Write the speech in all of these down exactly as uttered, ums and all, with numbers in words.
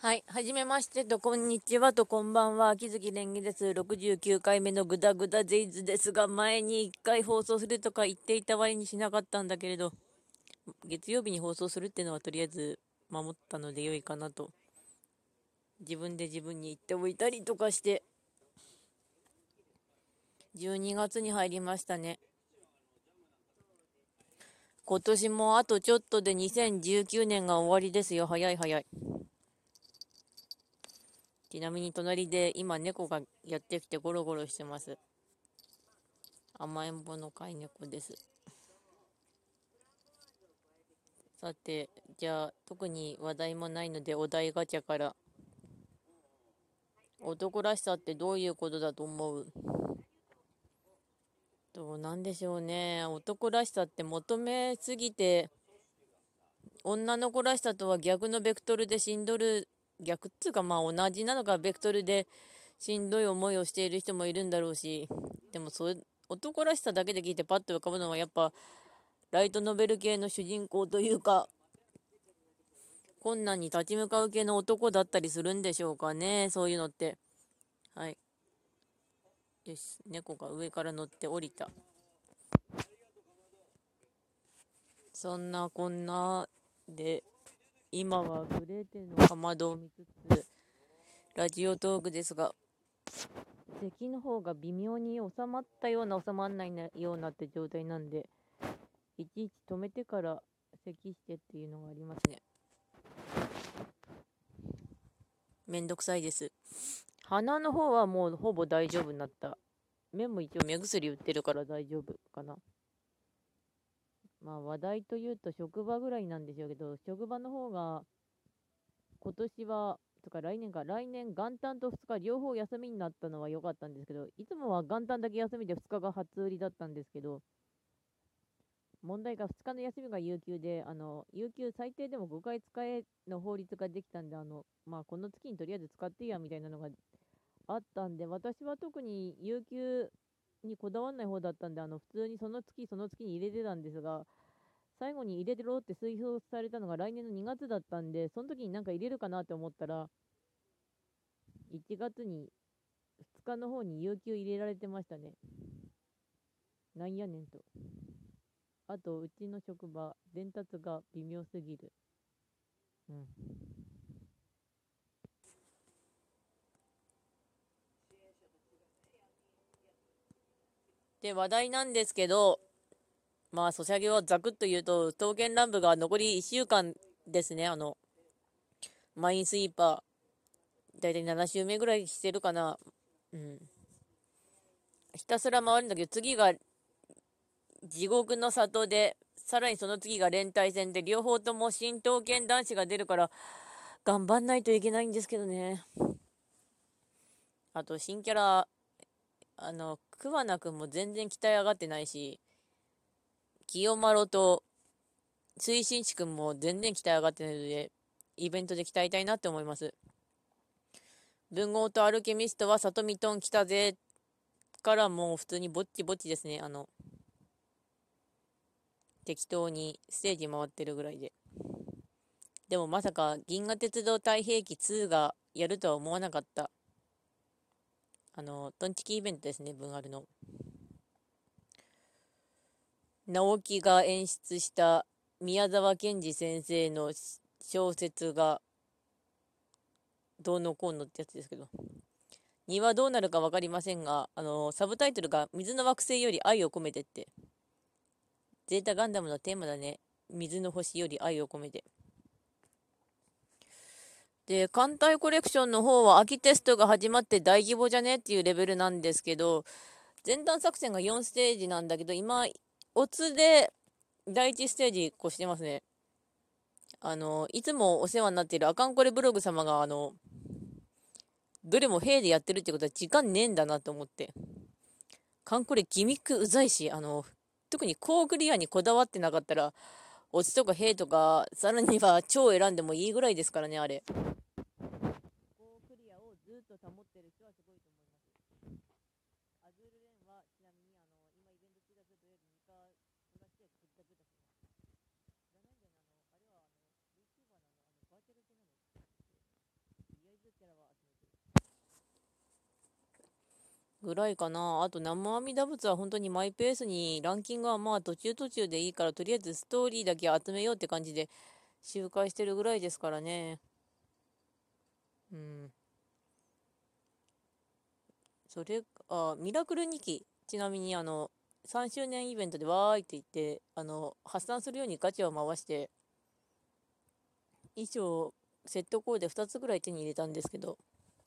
はい。はじめましてと、こんにちはと、こんばんは。秋月蓮華です。ろくじゅうきゅうかいめのグダグダゼイズですが、前にいっかい放送するとか言っていた割にしなかったんだけれど、月曜日に放送するっていうのはとりあえず守ったので良いかなと、自分で自分に言っておいたりとかして、じゅうにがつに入りましたね。今年もあとちょっとでにせんじゅうきゅうねんが終わりですよ。早い早い。ちなみに隣で今猫がやってきてゴロゴロしてます。甘えん坊の飼い猫です。さて、じゃあ、特に話題もないので、お題ガチャから。男らしさってどういうことだと思う？どうなんでしょうね。男らしさって求めすぎて、女の子らしさとは逆のベクトルでしんどる、逆っつうかまあ同じなのか、ベクトルでしんどい思いをしている人もいるんだろうし、でもそう、男らしさだけで聞いてパッと浮かぶのはやっぱ、ライトノベル系の主人公というか、困難に立ち向かう系の男だったりするんでしょうかね、そういうのって。はい。よし、猫が上から乗って降りた。そんなこんなで、今はグレーテルのかまどを見つつ、ラジオトークですが、咳の方が微妙に収まったような収まらないようなって状態なんで、いちいち止めてから咳してっていうのがありますね。めんどくさいです。鼻の方はもうほぼ大丈夫になった。目も一応目薬売ってるから大丈夫かな。まあ話題というと職場ぐらいなんでしょうけど、職場の方が今年は、とか来年か、来年元旦とふつか両方休みになったのは良かったんですけど、いつもは元旦だけ休みでふつかが初売りだったんですけど、問題がふつかの休みが有給で、あの、有給最低でもごかい使えの法律ができたんで、あの、まあこの月にとりあえず使っていいやみたいなのがあったんで、私は特に有給にこだわらない方だったんで、あの、普通にその月その月に入れてたんですが、最後に入れてろって推奨されたのが来年のにがつだったんで、その時になんか入れるかなって思ったら、いちがつにふつかの方に有給入れられてましたね。なんやねんと。あと、うちの職場、伝達が微妙すぎる。うん。で、話題なんですけど、まあ、ソシャゲをざくっと言うと、刀剣乱舞が残りいっしゅうかんですね。あの、マインスイーパー、だいたいなな週目ぐらいしてるかな。うん。ひたすら回るんだけど、次が地獄の里で、さらにその次が連帯戦で、両方とも新刀剣男子が出るから、頑張んないといけないんですけどね。あと、新キャラ、あの、桑名くんも全然鍛え上がってないし、清丸と推進士くんも全然鍛え上がってないので、イベントで鍛えたいなって思います。文豪とアルケミストは里見トン来たぜからもう普通にぼっちぼっちですね。あの、適当にステージ回ってるぐらいで。でもまさか銀河鉄道太平記ツーがやるとは思わなかった。あの、トンチキイベントですね、文あるの。直樹が演出した宮沢賢治先生の小説がどうのこうのってやつですけど。にはどうなるか分かりませんが、あの、サブタイトルが水の惑星より愛を込めてって。ゼータガンダムのテーマだね。水の星より愛を込めて。で、艦隊コレクションの方は秋テストが始まって大規模じゃねっていうレベルなんですけど、前段作戦がよんステージなんだけど、今、オツでだいいちステージ越してますね。あの、いつもお世話になっているアカンコレブログ様が、あの、どれも兵でやってるってことは時間ねえんだなと思って。カンコレギミックうざいし、あの、特に高クリアにこだわってなかったら、オチとか兵とか、さらには超選んでもいいぐらいですからね、あれ。高クリアをずっと保ってる人はすごいと思います。アズールレーンは、ちなみに、あの、今イベント中だけど、とりあえずにか探して作ったけだします。知らないんだよな、あの、あれは、あの、VTuber なの、あの、バーチャル系なの。 ぐらいかな。あと、南無阿弥陀仏は本当にマイペースに、ランキングはまあ途中途中でいいから、とりあえずストーリーだけ集めようって感じで周回してるぐらいですからね。うん。それ、あ、ミラクルにき、ちなみにあの、さんしゅうねんイベントでわーいって言って、あの、発散するようにガチャを回して、衣装、セットコーデふたつぐらい手に入れたんですけど、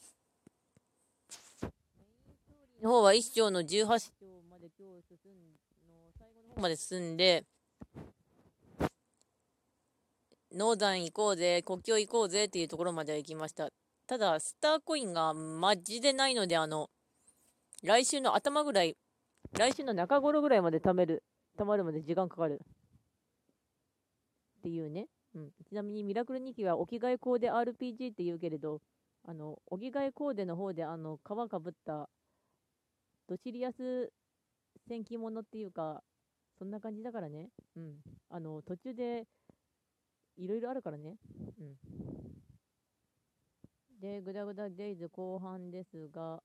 の方は一章のじゅうはち章まで今日進んの最後の方まで進んで、ノーザン行こうぜ、国境行こうぜっていうところまでは行きました。ただ、スターコインがマジでないので、あの、来週の頭ぐらい、来週の中頃ぐらいまで貯める、貯まるまで時間かかるっていうね。うん、ちなみにミラクルにきは置き換えコーデ アールピージー って言うけれど、あの、置き換えコーデの方であの、皮かぶったドシリアス戦記物っていうか、そんな感じだからね。うん。あの、途中でいろいろあるからね。うん。で、グダグダデイズ後半ですが、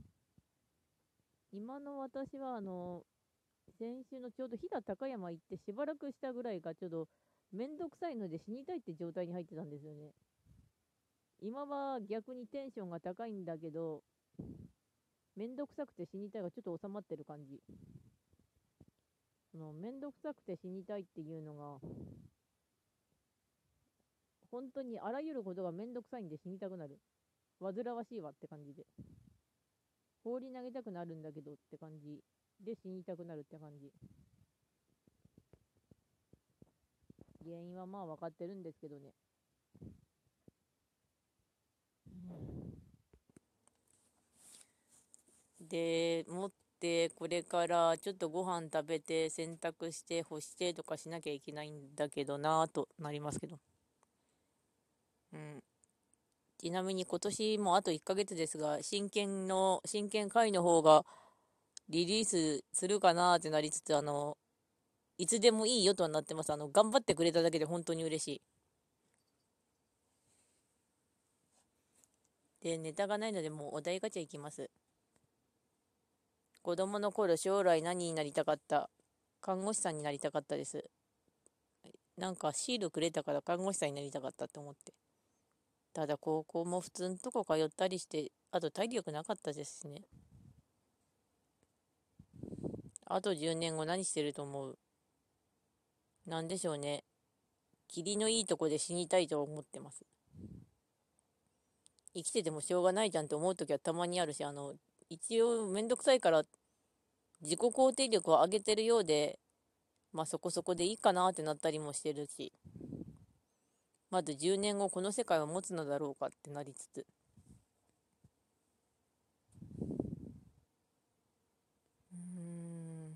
今の私は、あの、先週のちょうど飛騨高山行ってしばらくしたぐらいがちょっとめんどくさいので死にたいって状態に入ってたんですよね。今は逆にテンションが高いんだけど、めんどくさくて死にたいがちょっと収まってる感じ。そのめんどくさくて死にたいっていうのが、本当にあらゆることがめんどくさいんで死にたくなる。煩わしいわって感じで。放り投げたくなるんだけどって感じで死にたくなるって感じ。原因はまあ分かってるんですけどね。で、持ってこれからちょっとご飯食べて洗濯して干してとかしなきゃいけないんだけどなぁとなりますけど。うん。ちなみに今年もあといっかげつですが、真剣の、真剣会の方がリリースするかなーってなりつつ、あの、いつでもいいよとはなってます。あの、頑張ってくれただけで本当に嬉しい。で、ネタがないのでもうお題ガチャいきます。子供の頃将来何になりたかった？看護師さんになりたかったです。なんかシールくれたから看護師さんになりたかったと思って。ただ高校も普通のとこ通ったりして、あと体力なかったですしね。あとじゅうねんご何してると思う？なんでしょうね。霧のいいとこで死にたいと思ってます。生きててもしょうがないじゃんって思うときはたまにあるし、あの、一応めんどくさいから自己肯定力を上げてるようで、まあそこそこでいいかなってなったりもしてるし、まずじゅうねんごこの世界を持つのだろうかってなりつつ、うーん、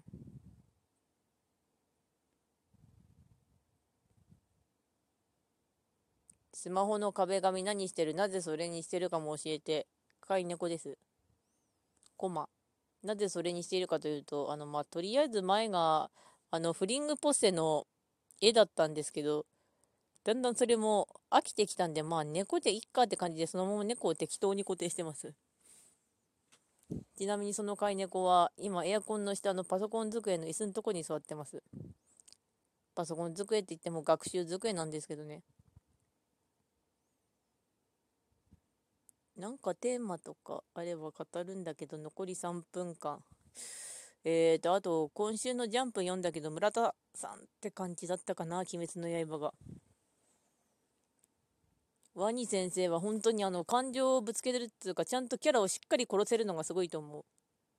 スマホの壁紙何してる？なぜそれにしてるかも教えて。飼い猫です。コマ。なぜそれにしているかというと、あの、まあ、とりあえず前が、あの、フリングポッセの絵だったんですけど、だんだんそれも飽きてきたんで、まあ、猫でいっかって感じで、そのまま猫を適当に固定してます。ちなみにその飼い猫は、今、エアコンの下のパソコン机の椅子のとこに座ってます。パソコン机って言っても学習机なんですけどね。なんかテーマとかあれば語るんだけど、残りさんぷんかん。えーと、あと、今週のジャンプ読んだけど、村田さんって感じだったかな、鬼滅の刃が。ワニ先生は本当にあの、感情をぶつけてるっていうか、ちゃんとキャラをしっかり殺せるのがすごいと思う。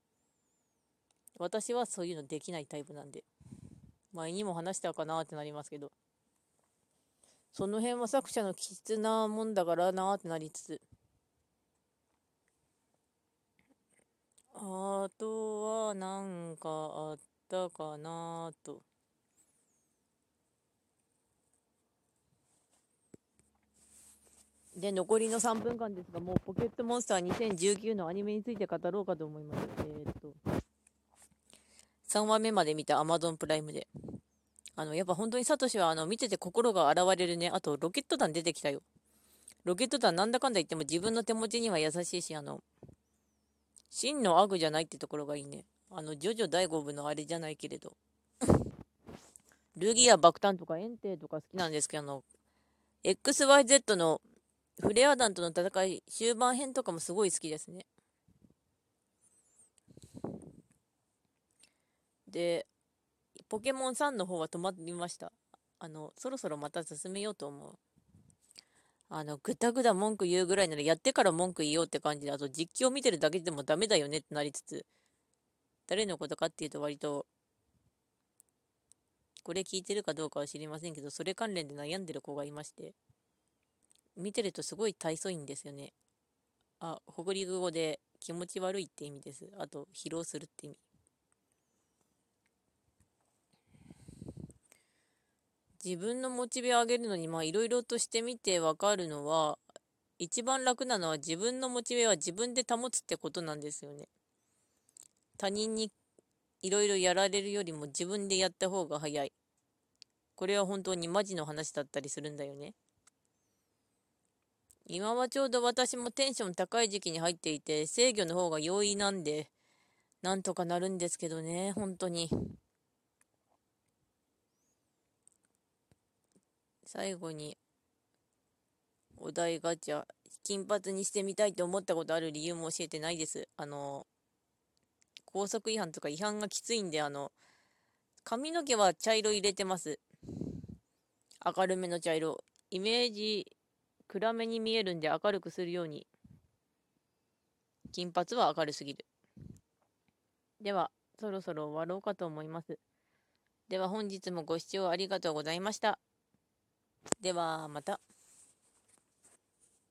私はそういうのできないタイプなんで。前にも話したかなってなりますけど。その辺は作者の気質なもんだからなってなりつつ。あとは、なんかあったかなと。で、残りのさんぷんかんですが、もうポケットモンスターにせんじゅうきゅうのアニメについて語ろうかと思います。えーっと、さんわめまで見た Amazon プライムで。あの、やっぱ本当にサトシはあの、見てて心が洗われるね。あと、ロケット弾出てきたよ。ロケット弾なんだかんだ言っても自分の手持ちには優しいし、あの、 真の悪じゃないってところがいいね。あの、ジョジョ第五部のあれじゃないけれど。ルギア爆誕とかエンテイとか好きなんですけど、あの、エックスワイゼット のフレア団との戦い、終盤編とかもすごい好きですね。で、ポケモンさんの方は止まりました。あの、そろそろまた進めようと思う。あの、ぐだぐだ文句言うぐらいならやってから文句言おうって感じで、あと実況見てるだけでもダメだよねってなりつつ、誰のことかっていうと割と、これ聞いてるかどうかは知りませんけど、それ関連で悩んでる子がいまして、見てるとすごい大層いんですよね。あ、北陸語で気持ち悪いって意味です。あと、疲労するって意味。自分のモチベを上げるのに、まあ、いろいろとしてみてわかるのは、一番楽なのは自分のモチベは自分で保つってことなんですよね。他人にいろいろやられるよりも自分でやった方が早い。これは本当にマジの話だったりするんだよね。今はちょうど私もテンション高い時期に入っていて、制御の方が容易なんで、なんとかなるんですけどね、本当に。最後にお題ガチャ、金髪にしてみたいと思ったことある理由も教えてないです。あの、高速違反とか違反がきついんで、あの、髪の毛は茶色入れてます。明るめの茶色。イメージ暗めに見えるんで明るくするように。金髪は明るすぎる。では、そろそろ終わろうかと思います。では本日もご視聴ありがとうございました。ではまた。